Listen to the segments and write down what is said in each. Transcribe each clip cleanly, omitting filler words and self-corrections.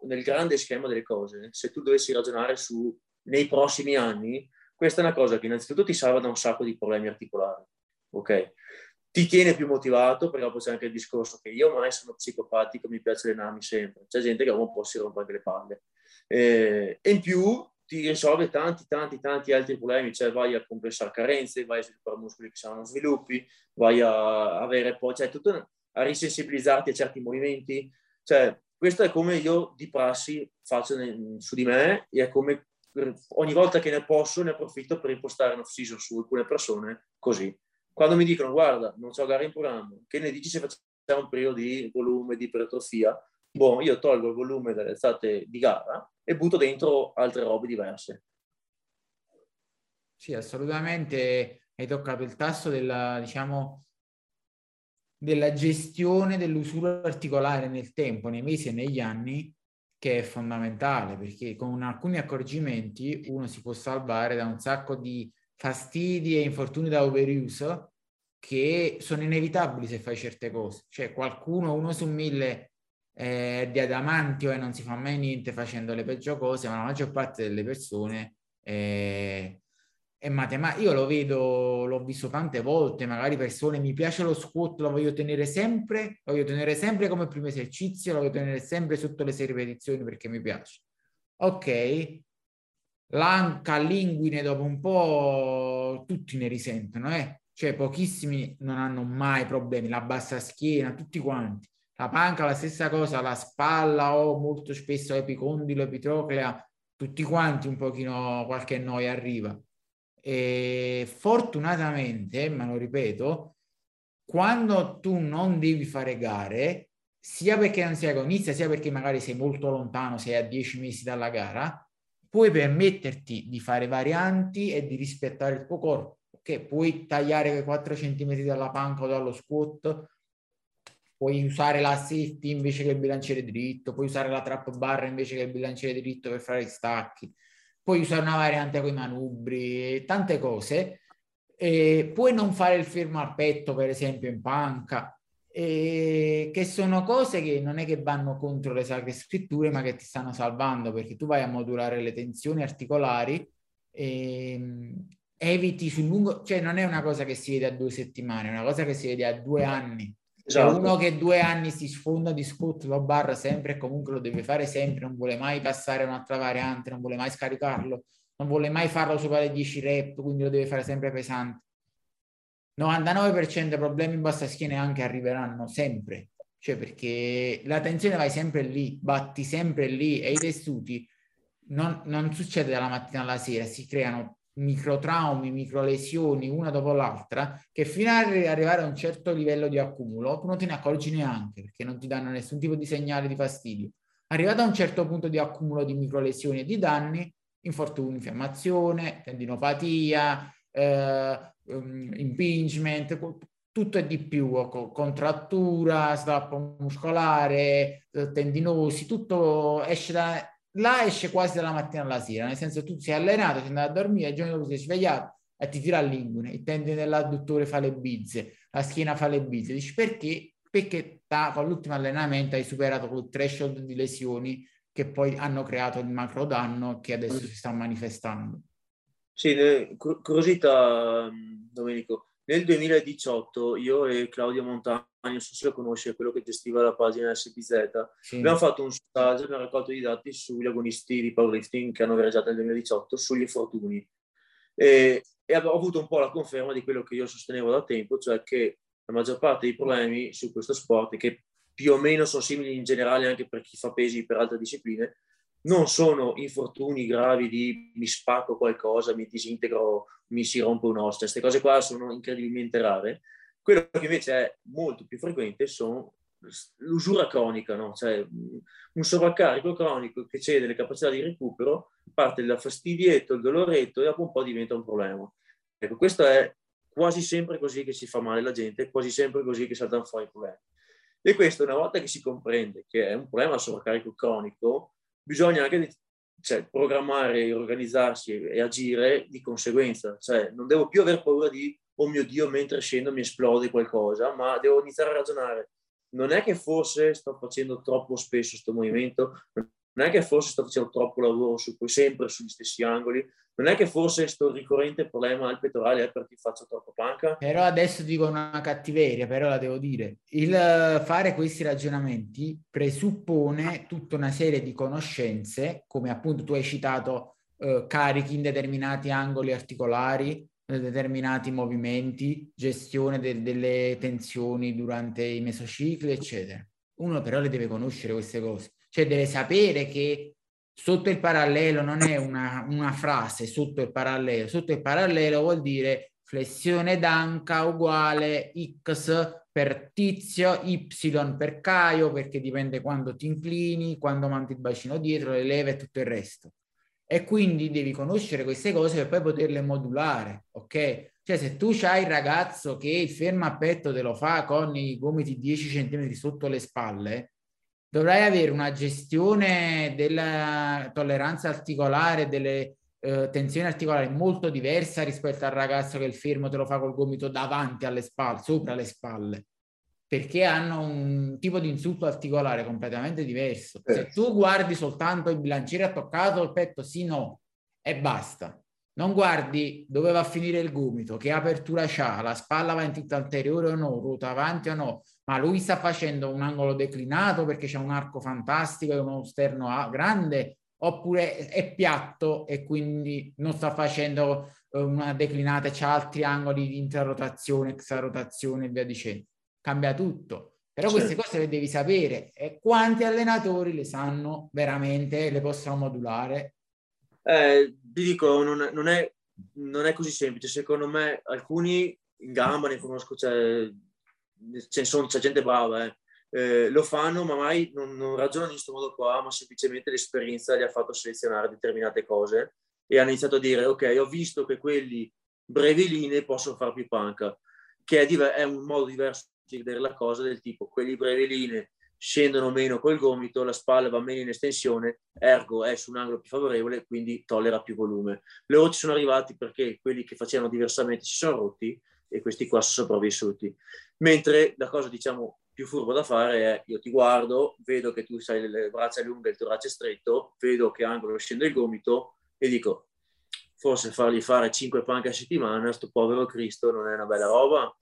nel grande schema delle cose, se tu dovessi ragionare nei prossimi anni, questa è una cosa che innanzitutto ti salva da un sacco di problemi articolari, ok? Ti tiene più motivato, perché dopo c'è anche il discorso che io ormai sono psicopatico, mi piace allenarmi sempre, c'è gente che un po' si rompe anche le palle. E in più ti risolve tanti altri problemi, cioè vai a compensare carenze, vai a sviluppare muscoli che saranno sviluppi, vai a avere poi, cioè tutto a risensibilizzarti a certi movimenti, cioè questo è come io di prassi faccio su di me e è come ogni volta che ne posso ne approfitto per impostare un off-season su alcune persone così. Quando mi dicono guarda, non c'ho gara in programma, che ne dici se facciamo un periodo di volume, di ipertrofia? Boh, io tolgo il volume dalle alzate di gara e butto dentro altre robe diverse. Sì, assolutamente hai toccato il tasto della, diciamo, della gestione dell'usura articolare nel tempo, nei mesi e negli anni, che è fondamentale, perché con alcuni accorgimenti uno si può salvare da un sacco di fastidi e infortuni da overuse che sono inevitabili se fai certe cose. Cioè qualcuno, 1 su 1000 di adamantio e non si fa mai niente facendo le peggio cose, ma la maggior parte delle persone è matematica. Io lo vedo, l'ho visto tante volte, magari persone, mi piace lo squat, lo voglio tenere sempre come primo esercizio, lo voglio tenere sempre sotto le 6 ripetizioni perché mi piace. Ok, l'anca, l'inguine, dopo un po' tutti ne risentono, cioè pochissimi non hanno mai problemi, la bassa schiena, tutti quanti. La panca, la stessa cosa, la spalla o molto spesso epicondilo, epitroclea, tutti quanti un pochino qualche noia arriva. E fortunatamente, ma lo ripeto, quando tu non devi fare gare, sia perché non sei agonista, sia perché magari sei molto lontano, sei a 10 mesi dalla gara, puoi permetterti di fare varianti e di rispettare il tuo corpo, che puoi tagliare quei 4 centimetri dalla panca o dallo squat, puoi usare la safety invece che il bilanciere dritto, puoi usare la trap bar invece che il bilanciere dritto per fare gli stacchi, puoi usare una variante con i manubri, tante cose. Puoi non fare il fermo al petto, per esempio, in panca, che sono cose che non è che vanno contro le sacre scritture, ma che ti stanno salvando, perché tu vai a modulare le tensioni articolari e eviti sul lungo, cioè non è una cosa che si vede a 2 settimane, è una cosa che si vede a 2 anni. Cioè Esatto. uno che 2 anni si sfonda di squat low bar sempre e comunque lo deve fare sempre, non vuole mai passare un'altra variante, non vuole mai scaricarlo, non vuole mai farlo sopra le 10 rep, quindi lo deve fare sempre pesante. 99% dei problemi in bassa schiena anche arriveranno sempre, cioè perché la tensione vai sempre lì, batti sempre lì e i tessuti non succede dalla mattina alla sera, si creano microtraumi, microlesioni una dopo l'altra che fino ad arrivare a un certo livello di accumulo tu non te ne accorgi neanche perché non ti danno nessun tipo di segnale di fastidio. Arrivato a un certo punto di accumulo di microlesioni e di danni, infortuni, infiammazione, tendinopatia, impingement, tutto e di più, contrattura, strappo muscolare, tendinosi, tutto esce là esce quasi dalla mattina alla sera, nel senso tu sei allenato, sei andato a dormire, il giorno dopo sei svegliato e ti tira all'inguine, il tendine dell'adduttore fa le bizze, la schiena fa le bizze, dici perché? Perché con l'ultimo allenamento hai superato quel threshold di lesioni che poi hanno creato il macro danno che adesso si sta manifestando. Sì, curiosità, Domenico. Nel 2018 io e Claudio Montagno, non so se lo conosci, è quello che gestiva la pagina SPZ, abbiamo Sì. fatto un sondaggio, abbiamo raccolto i dati sugli agonisti di powerlifting che hanno gareggiato nel 2018 sugli infortuni. E ho avuto un po' la conferma di quello che io sostenevo da tempo, cioè che la maggior parte dei problemi su questo sport, che più o meno sono simili in generale anche per chi fa pesi per altre discipline, non sono infortuni gravi di mi spacco qualcosa, mi disintegro, mi si rompe un'ossa. Queste cose qua sono incredibilmente rare. Quello che invece è molto più frequente sono l'usura cronica, no? Cioè un sovraccarico cronico che cede le capacità di recupero, parte dal fastidietto, il doloretto e dopo un po' diventa un problema. Ecco, questo è quasi sempre così che si fa male la gente, quasi sempre così che saltano fuori i problemi. E questo, una volta che si comprende che è un problema sovraccarico cronico, bisogna anche programmare, organizzarsi e agire di conseguenza. Cioè, non devo più aver paura di, oh mio Dio, mentre scendo mi esplode qualcosa, ma devo iniziare a ragionare. Non è che forse sto facendo troppo spesso questo movimento, non non è che forse sto facendo troppo lavoro sempre sugli stessi angoli, non è che forse sto ricorrente problema al pettorale è perché faccio troppo panca. Però adesso dico una cattiveria, però la devo dire. Il fare questi ragionamenti presuppone tutta una serie di conoscenze, come appunto tu hai citato, carichi in determinati angoli articolari, determinati movimenti, gestione delle tensioni durante i mesocicli, eccetera. Uno però le deve conoscere queste cose, cioè deve sapere che sotto il parallelo non è una frase, sotto il parallelo vuol dire flessione d'anca uguale X per Tizio, Y per Caio, perché dipende quando ti inclini, quando mandi il bacino dietro, le leve e tutto il resto. E quindi devi conoscere queste cose per poi poterle modulare, ok? Cioè se tu c'hai il ragazzo che il fermo a petto te lo fa con i gomiti 10 cm sotto le spalle, dovrai avere una gestione della tolleranza articolare, delle tensioni articolari molto diversa rispetto al ragazzo che il fermo te lo fa col gomito davanti alle spalle, sopra le spalle, perché hanno un tipo di insulto articolare completamente diverso. Se tu guardi soltanto il bilanciere attaccato al petto, sì, no, e basta. Non guardi dove va a finire il gomito, che apertura c'ha, la spalla va in tutta anteriore o no, ruota avanti o no, ma lui sta facendo un angolo declinato perché c'è un arco fantastico e uno sterno grande, oppure è piatto e quindi non sta facendo una declinata e c'ha altri angoli di intrarotazione, extrarotazione e via dicendo. Cambia tutto. Però queste cose le devi sapere e quanti allenatori le sanno veramente, le possono modulare? Ti dico, non è così semplice. Secondo me alcuni in gamba ne conosco, c'è gente brava, lo fanno, ma mai non ragionano in questo modo qua, ma semplicemente l'esperienza gli ha fatto selezionare determinate cose e hanno iniziato a dire, ok, ho visto che quelli brevi linee possono far più panca, che è un modo diverso di vedere la cosa, del tipo, quelli brevi linee scendono meno col gomito, la spalla va meno in estensione, ergo è su un angolo più favorevole, quindi tollera più volume. Loro ci sono arrivati perché quelli che facevano diversamente si sono rotti e questi qua sono sopravvissuti. Mentre la cosa, diciamo, più furba da fare è: io ti guardo, vedo che tu hai le braccia lunghe e il torace stretto, vedo che angolo scende il gomito e dico, forse fargli fare 5 panche a settimana, sto povero Cristo, non è una bella roba.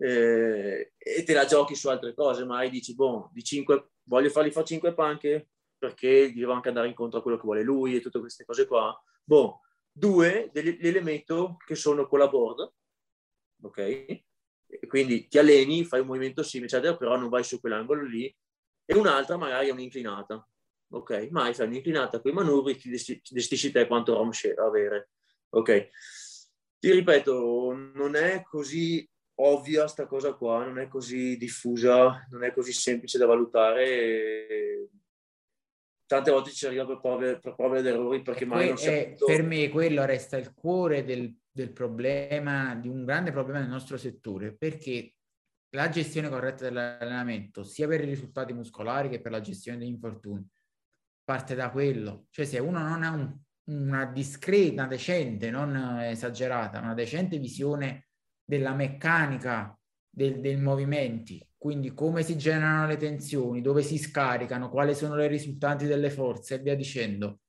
E te la giochi su altre cose, mai dici, boh, voglio fargli fare 5 panche perché devo anche andare incontro a quello che vuole lui e tutte queste cose qua. Boh, 2 le metto che sono con la board, ok? E quindi ti alleni, fai un movimento simile, eccetera, però non vai su quell'angolo lì, e un'altra magari è un'inclinata, ok? Mai fai un'inclinata con i manubri, ti gestisci te quanto ROM share avere, ok? Ti ripeto, non è così ovvia sta cosa qua, non è così diffusa, non è così semplice da valutare e tante volte ci arriva per prove ed errori perché mai non si è... Per me quello resta il cuore del problema, di un grande problema del nostro settore, perché la gestione corretta dell'allenamento, sia per i risultati muscolari che per la gestione degli infortuni, parte da quello. Cioè se uno non ha una discreta, decente, non esagerata, una decente visione della meccanica dei movimenti, quindi come si generano le tensioni, dove si scaricano, quali sono le risultanti delle forze e via dicendo,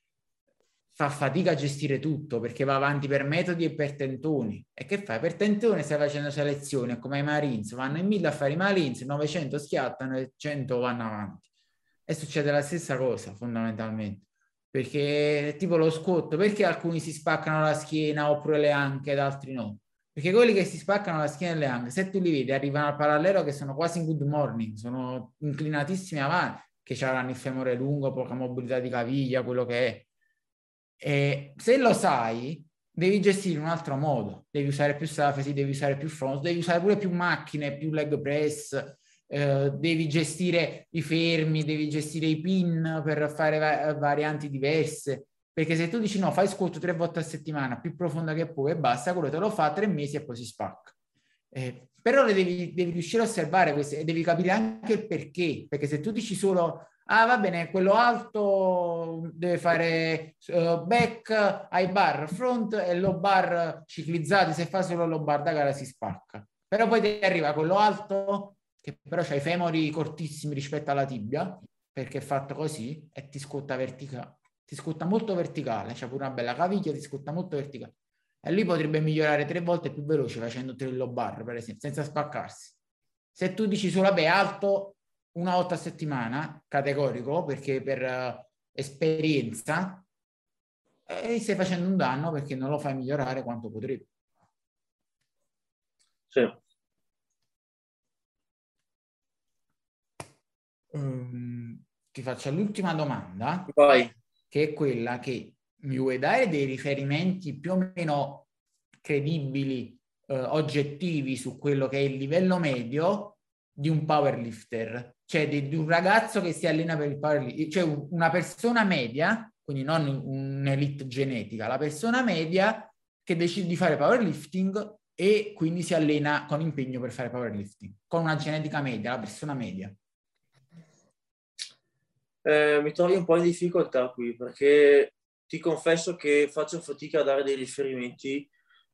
fa fatica a gestire tutto perché va avanti per metodi e per tentoni. E che fai? Per tentoni stai facendo selezione, come i Marines, vanno in 1000 a fare i Marines, 900 schiattano e 100 vanno avanti. E succede la stessa cosa fondamentalmente, perché tipo lo squat, perché alcuni si spaccano la schiena oppure le anche ed altri no? Perché quelli che si spaccano la schiena e le anche, se tu li vedi, arrivano al parallelo che sono quasi in good morning, sono inclinatissimi avanti, che avranno il femore lungo, poca mobilità di caviglia, quello che è. E se lo sai, devi gestire in un altro modo, devi usare più safety, devi usare più front, devi usare pure più macchine, più leg press, devi gestire i fermi, devi gestire i pin per fare varianti diverse, perché se tu dici no, fai squat 3 volte a settimana, più profonda che puoi e basta, quello te lo fa 3 mesi e poi si spacca. Però le devi riuscire a osservare queste e devi capire anche il perché, perché se tu dici solo va bene, quello alto deve fare back, high bar, front e low bar ciclizzati, se fa solo low bar da gara si spacca. Però poi ti arriva quello alto che però c'ha i femori cortissimi rispetto alla tibia perché è fatto così e ti scotta verticale, ti scotta molto verticale, c'è pure una bella caviglia, ti scotta molto verticale. E lui potrebbe migliorare 3 volte più veloce facendo trello bar, per esempio, senza spaccarsi. Se tu dici solo, beh, alto una volta a settimana, categorico, perché per esperienza, stai facendo un danno perché non lo fai migliorare quanto potrebbe. Sì. Ti faccio l'ultima domanda, Vai. che è quella che mi vuoi dare dei riferimenti più o meno credibili, oggettivi su quello che è il livello medio di un powerlifter, cioè di un ragazzo che si allena per il powerlifting, cioè una persona media, quindi non un'elite genetica, la persona media che decide di fare powerlifting e quindi si allena con impegno per fare powerlifting, con una genetica media, la persona media. Mi trovi un po' in difficoltà qui perché ti confesso che faccio fatica a dare dei riferimenti.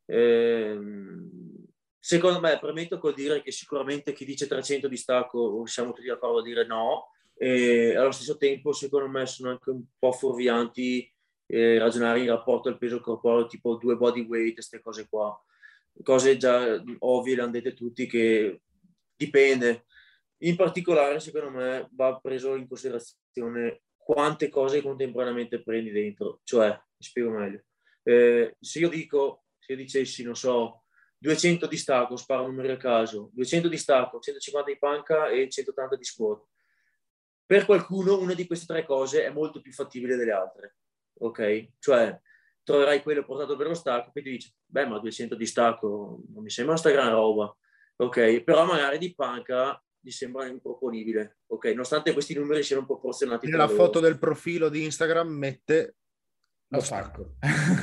Secondo me, premetto col dire che sicuramente chi dice 300 di stacco siamo tutti d'accordo a dire no, e allo stesso tempo secondo me sono anche un po' fuorvianti ragionare in rapporto al peso corporeo, tipo 2 body weight, queste cose qua. Cose già ovvie, le hanno dette tutti, che dipende. In particolare, secondo me, va preso in considerazione quante cose contemporaneamente prendi dentro. Cioè, mi spiego meglio. Se io dicessi, non so, 200 di stacco, sparo numeri a caso, 200 di stacco, 150 di panca e 180 di squat. Per qualcuno una di queste 3 cose è molto più fattibile delle altre, ok? Cioè, troverai quello portato per lo stacco che ti dice, beh, ma 200 di stacco non mi sembra sta gran roba, ok? Però magari di panca gli sembra improponibile, ok? Nonostante questi numeri siano proporzionati tra Nella foto loro. del profilo di Instagram mette lo stacco.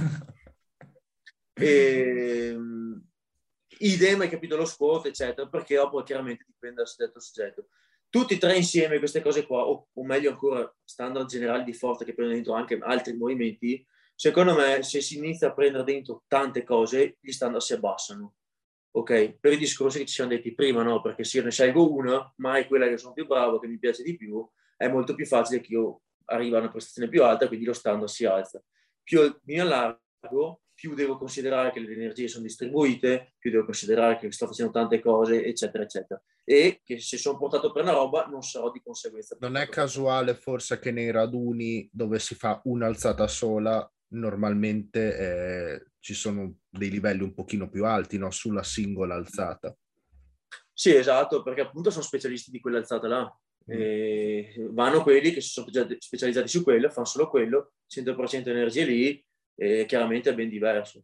Idem, hai capito, lo squat, eccetera, perché dopo chiaramente dipende dal soggetto. Tutti e 3 insieme queste cose qua, o meglio ancora, standard generali di forza che prendono dentro anche altri movimenti, secondo me se si inizia a prendere dentro tante cose, gli standard si abbassano. Ok? Per i discorsi che ci siamo detti prima, no? Perché se io ne scelgo una, ma è quella che sono più bravo, che mi piace di più, è molto più facile che io arrivi a una prestazione più alta, quindi lo standard si alza. Più mi allargo, più devo considerare che le energie sono distribuite, più devo considerare che sto facendo tante cose, eccetera, eccetera. E che se sono portato per una roba, non sarò di conseguenza. Non è casuale forse che nei raduni dove si fa un'alzata sola, normalmente ci sono dei livelli un pochino più alti, no? Sulla singola alzata. Sì, esatto, perché appunto sono specialisti di quell'alzata là. Vanno quelli che si sono specializzati su quello, fanno solo quello, 100% energie lì, e chiaramente è ben diverso.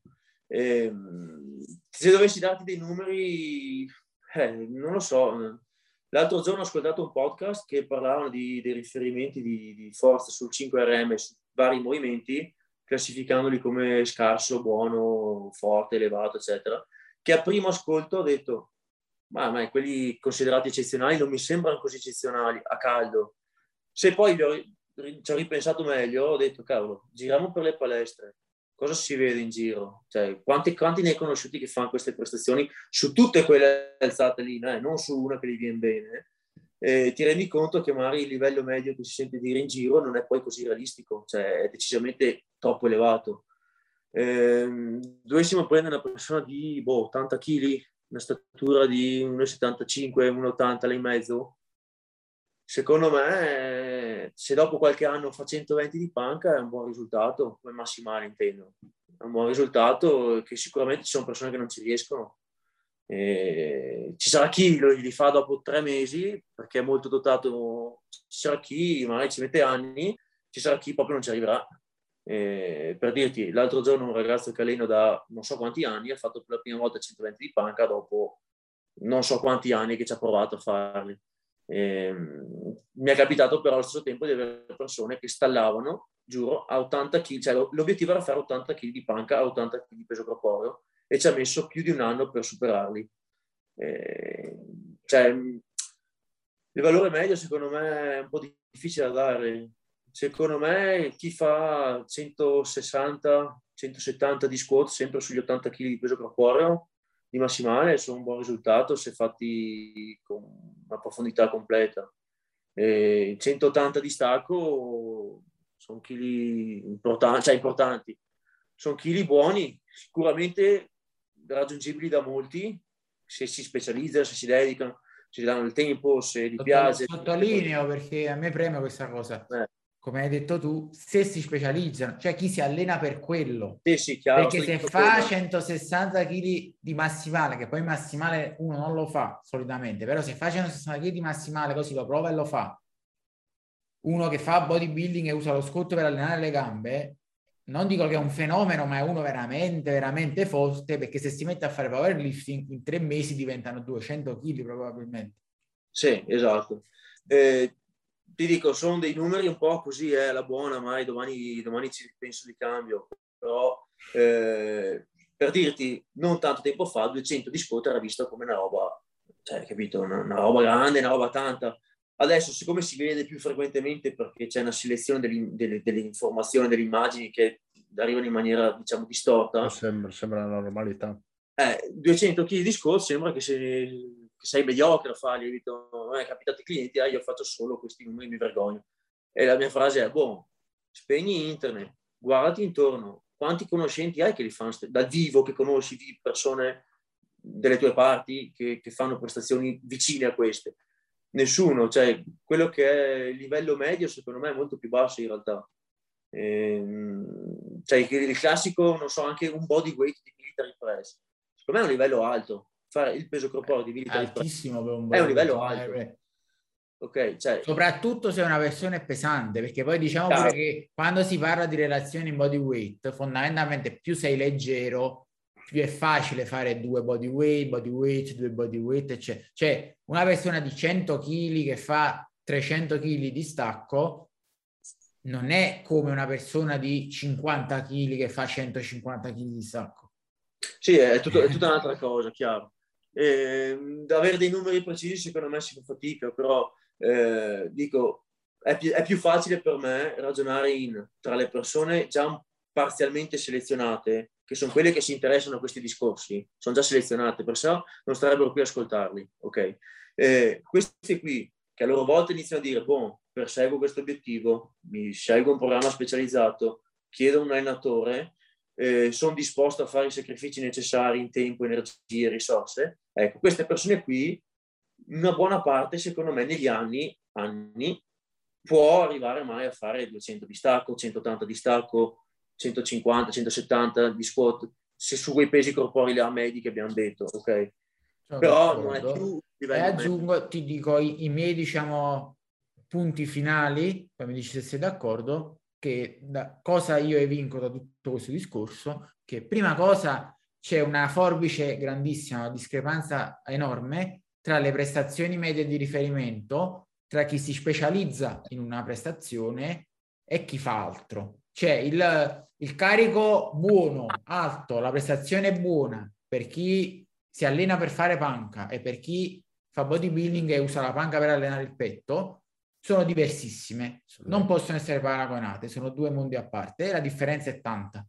Se dovessi darti dei numeri, non lo so. L'altro giorno ho ascoltato un podcast che parlavano dei riferimenti di forza sul 5RM, su vari movimenti, classificandoli come scarso, buono, forte, elevato, eccetera, che a primo ascolto ho detto, ma quelli considerati eccezionali non mi sembrano così eccezionali a caldo. Se poi ci ho ripensato meglio, ho detto, cavolo, giriamo per le palestre, cosa si vede in giro? Cioè, quanti ne hai conosciuti che fanno queste prestazioni su tutte quelle alzate lì, non su una che gli viene bene? Ti rendi conto che magari il livello medio che si sente dire in giro non è poi così realistico, cioè è decisamente troppo elevato. Dovessimo prendere una persona di 80 kg, una statura di 1,75, 1,80 là in mezzo, secondo me se dopo qualche anno fa 120 di panca è un buon risultato, come massimale intendo, è un buon risultato, che sicuramente ci sono persone che non ci riescono. Ci sarà chi li fa dopo 3 mesi perché è molto dotato, ci sarà chi magari ci mette anni, ci sarà chi proprio non ci arriverà. Per dirti, l'altro giorno un ragazzo che alleno da non so quanti anni ha fatto per la prima volta 120 di panca dopo non so quanti anni che ci ha provato a farli. Mi è capitato però allo stesso tempo di avere persone che stallavano, giuro, a 80 kg, cioè l'obiettivo era fare 80 kg di panca a 80 kg di peso corporeo e ci ha messo più di un anno per superarli. Cioè, il valore medio secondo me è un po' difficile da dare. Secondo me chi fa 160, 170 di squat sempre sugli 80 kg di peso corporeo di massimale sono un buon risultato se fatti con una profondità completa. 180 di stacco sono chili importanti, sono chili buoni, sicuramente raggiungibili da molti, se si specializzano, se si dedicano, se si danno il tempo, se gli piace. Sottolineo, perché a me preme questa cosa. Come hai detto tu, se si specializzano, cioè chi si allena per quello. Sì, chiaro, perché se fa 160 kg di massimale, che poi massimale uno non lo fa solitamente, però se fa 160 kg di massimale così lo prova e lo fa, uno che fa bodybuilding e usa lo scotto per allenare le gambe, non dico che è un fenomeno, ma è uno veramente, veramente forte, perché se si mette a fare powerlifting in 3 mesi diventano 200 kg probabilmente. Sì, esatto. Ti dico, sono dei numeri un po' così, la buona, mai domani ci penso di cambio, però per dirti, non tanto tempo fa 200 di squat era visto come una roba, cioè, capito, una roba grande, una roba tanta. Adesso, siccome si vede più frequentemente perché c'è una selezione delle informazioni, delle immagini che arrivano in maniera, diciamo, distorta. Sembra una normalità. 200 kg di squat sembra che sei mediocre a farli. È capitato ai clienti, io faccio solo questi numeri, mi vergogno. E la mia frase è, spegni internet, guardati intorno, quanti conoscenti hai che li fanno dal vivo, che conosci persone delle tue parti che fanno prestazioni vicine a queste? Nessuno, cioè quello che è il livello medio secondo me è molto più basso in realtà. Cioè il classico, non so, anche un body weight di military press, secondo me è un livello alto. Fare il peso corporeo di military altissimo per un è un livello alto. Ok, cioè, soprattutto se una persona è pesante, perché poi diciamo pure che quando si parla di relazioni in body weight, fondamentalmente più sei leggero, più è facile fare 2 body weight, 2 body weight, eccetera. Cioè una persona di 100 kg che fa 300 kg di stacco non è come una persona di 50 kg che fa 150 kg di stacco. Sì, è tutta un'altra cosa, chiaro. Avere dei numeri precisi secondo me si fa fatica, però dico, è più facile per me ragionare tra le persone già parzialmente selezionate, che sono quelle che si interessano a questi discorsi, sono già selezionate, perciò non starebbero qui a ascoltarli, ok? Questi qui, che a loro volta iniziano a dire, perseguo questo obiettivo, mi scelgo un programma specializzato, chiedo a un allenatore, sono disposto a fare i sacrifici necessari in tempo, energie, risorse. Ecco, queste persone qui, una buona parte, secondo me, negli anni può arrivare mai a fare 200 di stacco, 180 di stacco, 150, 170 di squat, se su quei pesi corporei a medi che abbiamo detto, ok? Però non è più livello. E aggiungo, ti dico i miei, diciamo, punti finali, poi mi dici se sei d'accordo, che da cosa io evinco da tutto questo discorso, che prima cosa c'è una forbice grandissima, una discrepanza enorme tra le prestazioni medie di riferimento, tra chi si specializza in una prestazione e chi fa altro. Cioè il carico buono, alto, la prestazione buona per chi si allena per fare panca e per chi fa bodybuilding e usa la panca per allenare il petto, sono diversissime, non possono essere paragonate, sono 2 mondi a parte e la differenza è tanta.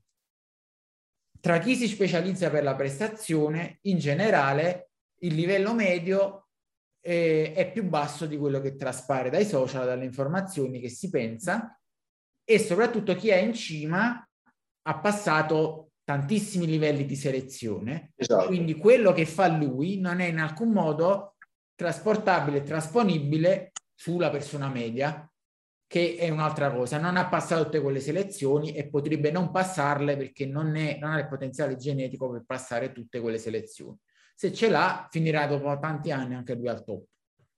Tra chi si specializza per la prestazione, in generale, il livello medio è più basso di quello che traspare dai social, dalle informazioni che si pensa, e soprattutto chi è in cima ha passato tantissimi livelli di selezione, esatto. Quindi quello che fa lui non è in alcun modo trasportabile, trasponibile sulla persona media, che è un'altra cosa, non ha passato tutte quelle selezioni e potrebbe non passarle perché non ha il potenziale genetico per passare tutte quelle selezioni. Se ce l'ha, finirà dopo tanti anni anche lui al top.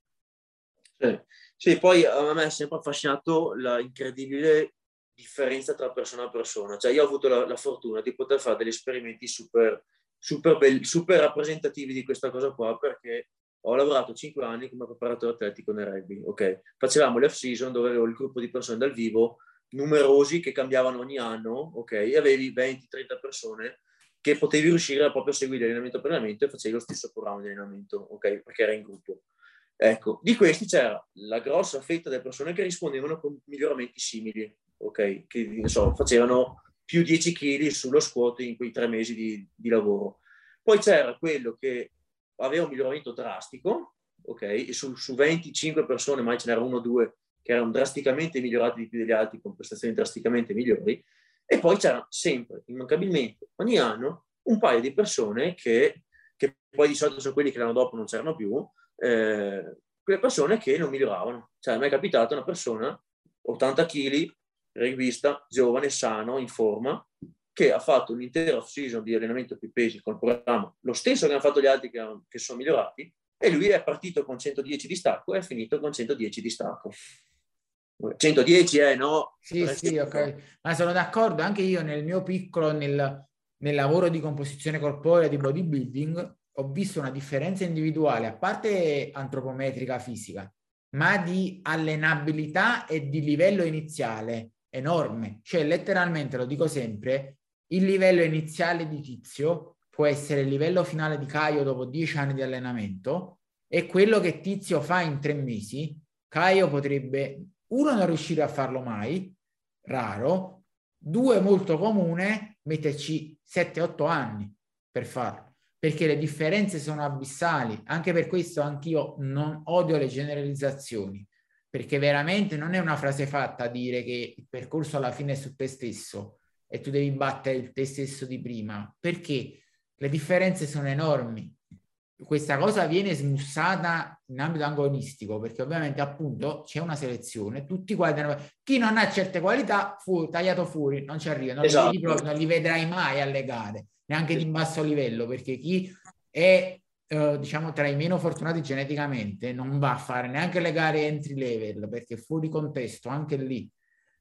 Sì, poi a me è sempre affascinato l'incredibile differenza tra persona a persona. Cioè io ho avuto la fortuna di poter fare degli esperimenti super rappresentativi di questa cosa qua, perché ho lavorato 5 anni come preparatore atletico nel rugby, ok? Facevamo le off-season dove avevo il gruppo di persone dal vivo, numerosi, che cambiavano ogni anno, ok? E avevi 20-30 persone che potevi riuscire a proprio seguire allenamento per allenamento e facevi lo stesso programma di allenamento, ok? Perché era in gruppo. Ecco, di questi c'era la grossa fetta delle persone che rispondevano con miglioramenti simili, ok? Che, non so, facevano più 10 kg sullo squat in quei 3 mesi di lavoro. Poi c'era quello che aveva un miglioramento drastico, ok? E su 25 persone, mai ce n'erano 1 o 2 che erano drasticamente migliorati di più degli altri, con prestazioni drasticamente migliori, e poi c'era sempre, immancabilmente, ogni anno, un paio di persone che poi di solito sono quelli che l'anno dopo non c'erano più, quelle persone che non miglioravano. Cioè, a me è capitato una persona, 80 kg, rivista, giovane, sano, in forma, che ha fatto un'intera off-season di allenamento più pesi con il programma, lo stesso che hanno fatto gli altri che sono migliorati, e lui è partito con 110 di stacco e è finito con 110 di stacco. 110 no? Sì, ok. Ma sono d'accordo, anche io nel mio piccolo, nel lavoro di composizione corporea, di bodybuilding, ho visto una differenza individuale, a parte antropometrica fisica, ma di allenabilità e di livello iniziale enorme. Cioè, letteralmente, lo dico sempre, il livello iniziale di Tizio può essere il livello finale di Caio dopo 10 anni di allenamento, e quello che Tizio fa in 3 mesi, Caio potrebbe, 1, non riuscire a farlo mai, raro, 2, molto comune, metterci 7-8 anni per farlo, perché le differenze sono abissali. Anche per questo anch'io non odio le generalizzazioni, perché veramente non è una frase fatta a dire che il percorso alla fine è su te stesso e tu devi battere il te stesso di prima, perché le differenze sono enormi. Questa cosa viene smussata in ambito agonistico, perché ovviamente appunto c'è una selezione, tutti guardano, chi non ha certe qualità tagliato fuori, non ci arriva, non li vedi proprio, non li vedrai mai alle gare, neanche di basso livello, perché chi è diciamo tra i meno fortunati geneticamente non va a fare neanche le gare entry level, perché è fuori contesto anche lì.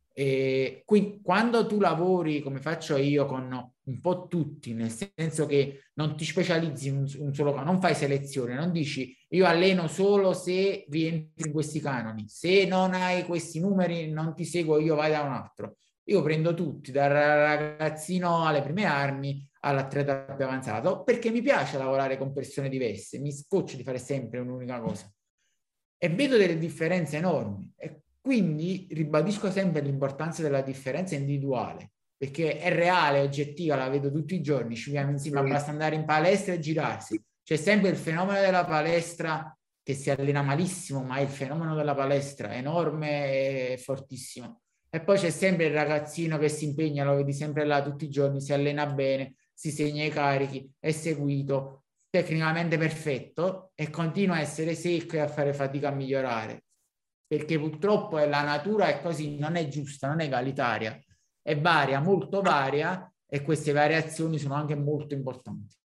E quindi quando tu lavori come faccio io con un po' tutti, nel senso che non ti specializzi in un solo canone, non fai selezione, non dici io alleno solo se rientri in questi canoni, se non hai questi numeri non ti seguo, io vai da un altro. Io prendo tutti, dal ragazzino alle prime armi all'atleta più avanzato, perché mi piace lavorare con persone diverse, mi scoccio di fare sempre un'unica cosa e vedo delle differenze enormi. E quindi ribadisco sempre l'importanza della differenza individuale, perché è reale, oggettiva, la vedo tutti i giorni, ci viamo insieme, basta andare in palestra e girarsi. C'è sempre il fenomeno della palestra che si allena malissimo, ma il fenomeno della palestra è enorme e fortissimo. E poi c'è sempre il ragazzino che si impegna, lo vedi sempre là tutti i giorni, si allena bene, si segna i carichi, è seguito, tecnicamente perfetto, e continua a essere secco e a fare fatica a migliorare, perché purtroppo la natura è così, non è giusta, non è egalitaria, è varia, molto varia, e queste variazioni sono anche molto importanti.